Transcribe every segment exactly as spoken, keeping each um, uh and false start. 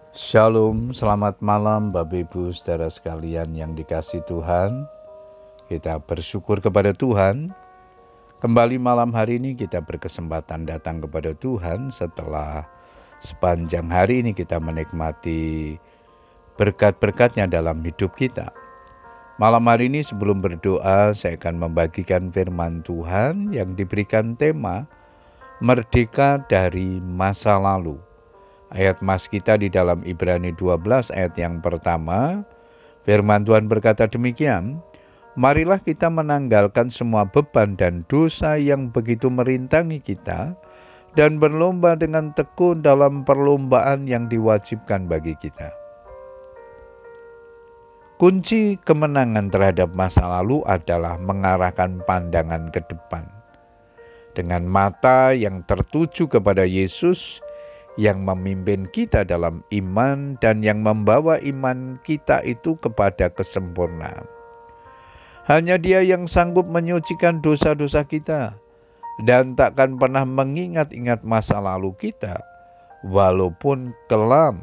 Shalom, selamat malam Bapak Ibu saudara sekalian yang dikasihi Tuhan. Kita bersyukur kepada Tuhan. Kembali malam hari ini kita berkesempatan datang kepada Tuhan setelah sepanjang hari ini kita menikmati berkat-berkat-Nya dalam hidup kita. Malam hari ini sebelum berdoa saya akan membagikan firman Tuhan yang diberikan tema Merdeka dari Masa Lalu. Ayat mas kita di dalam Ibrani dua belas ayat yang pertama, firman Tuhan berkata demikian, marilah kita menanggalkan semua beban dan dosa yang begitu merintangi kita, dan berlomba dengan tekun dalam perlombaan yang diwajibkan bagi kita. Kunci kemenangan terhadap masa lalu adalah mengarahkan pandangan ke depan. Dengan mata yang tertuju kepada Yesus, yang memimpin kita dalam iman dan yang membawa iman kita itu kepada kesempurnaan. Hanya Dia yang sanggup menyucikan dosa-dosa kita dan takkan pernah mengingat-ingat masa lalu kita, walaupun kelam.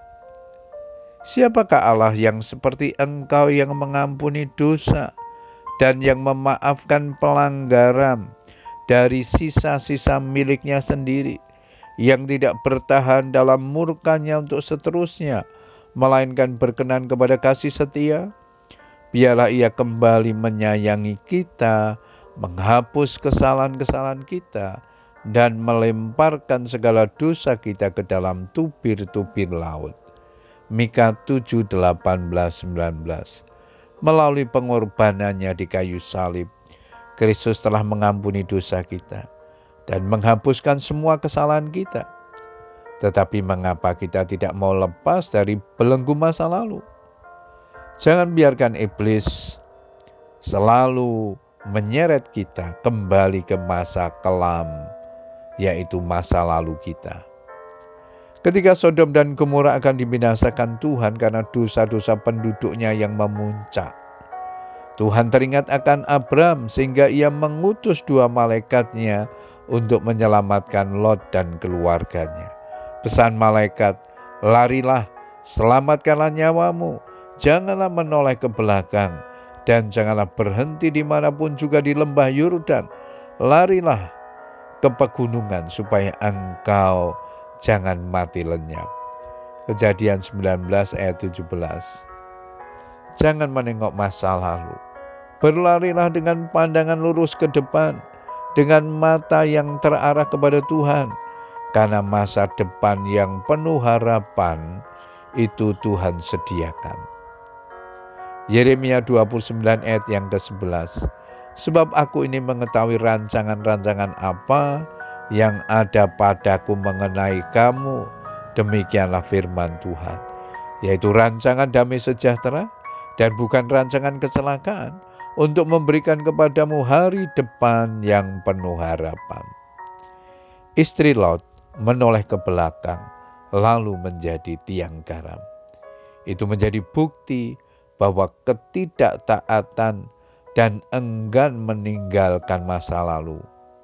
Siapakah Allah yang seperti Engkau yang mengampuni dosa dan yang memaafkan pelanggaran dari sisa-sisa miliknya sendiri, yang tidak bertahan dalam murkanya untuk seterusnya, melainkan berkenan kepada kasih setia? Biarlah Ia kembali menyayangi kita, menghapus kesalahan-kesalahan kita, dan melemparkan segala dosa kita ke dalam tubir-tubir laut. Mika tujuh, delapan belas, sembilan belas. Melalui pengorbanannya di kayu salib, Kristus telah mengampuni dosa kita dan menghapuskan semua kesalahan kita. Tetapi mengapa kita tidak mau lepas dari belenggu masa lalu? Jangan biarkan iblis selalu menyeret kita kembali ke masa kelam, yaitu masa lalu kita. Ketika Sodom dan Gomora akan dibinasakan Tuhan karena dosa-dosa penduduknya yang memuncak, Tuhan teringat akan Abram sehingga Ia mengutus dua malaikatnya untuk menyelamatkan Lot dan keluarganya. Pesan malaikat, larilah, selamatkanlah nyawamu, janganlah menoleh ke belakang, dan janganlah berhenti dimanapun juga di lembah Yordan. Larilah ke pegunungan supaya engkau jangan mati lenyap. Kejadian sembilan belas ayat tujuh belas. Jangan menengok masa lalu. Berlarilah dengan pandangan lurus ke depan, dengan mata yang terarah kepada Tuhan, karena masa depan yang penuh harapan itu Tuhan sediakan. Yeremia dua puluh sembilan ayat yang ke sebelas. Sebab aku ini mengetahui rancangan-rancangan apa yang ada padaku mengenai kamu, demikianlah firman Tuhan, yaitu rancangan damai sejahtera dan bukan rancangan kecelakaan, untuk memberikan kepadamu hari depan yang penuh harapan. Istri Lot menoleh ke belakang, lalu menjadi tiang garam. Itu menjadi bukti bahwa ketidaktaatan dan enggan meninggalkan masa lalu,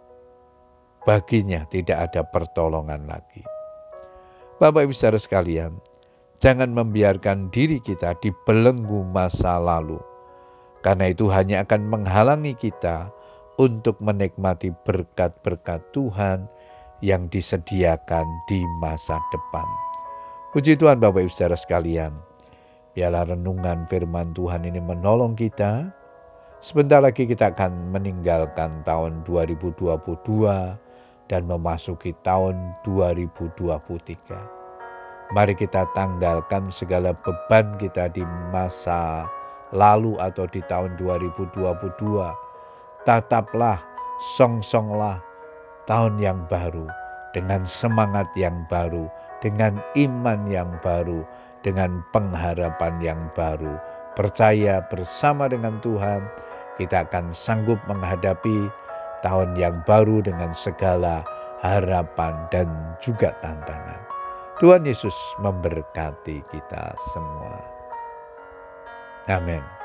baginya tidak ada pertolongan lagi. Bapak Ibu saudara sekalian, jangan membiarkan diri kita dibelenggu masa lalu, karena itu hanya akan menghalangi kita untuk menikmati berkat-berkat Tuhan yang disediakan di masa depan. Puji Tuhan Bapak Ibu saudara sekalian, biarlah renungan firman Tuhan ini menolong kita. Sebentar lagi kita akan meninggalkan tahun dua ribu dua puluh dua dan memasuki tahun dua ribu dua puluh tiga. Mari kita tanggalkan segala beban kita di masa lalu atau di tahun dua ribu dua puluh dua. Tataplah, songsonglah tahun yang baru dengan semangat yang baru, dengan iman yang baru, dengan pengharapan yang baru. Percaya bersama dengan Tuhan, kita akan sanggup menghadapi tahun yang baru dengan segala harapan dan juga tantangan. Tuhan Yesus memberkati kita semua. Amin.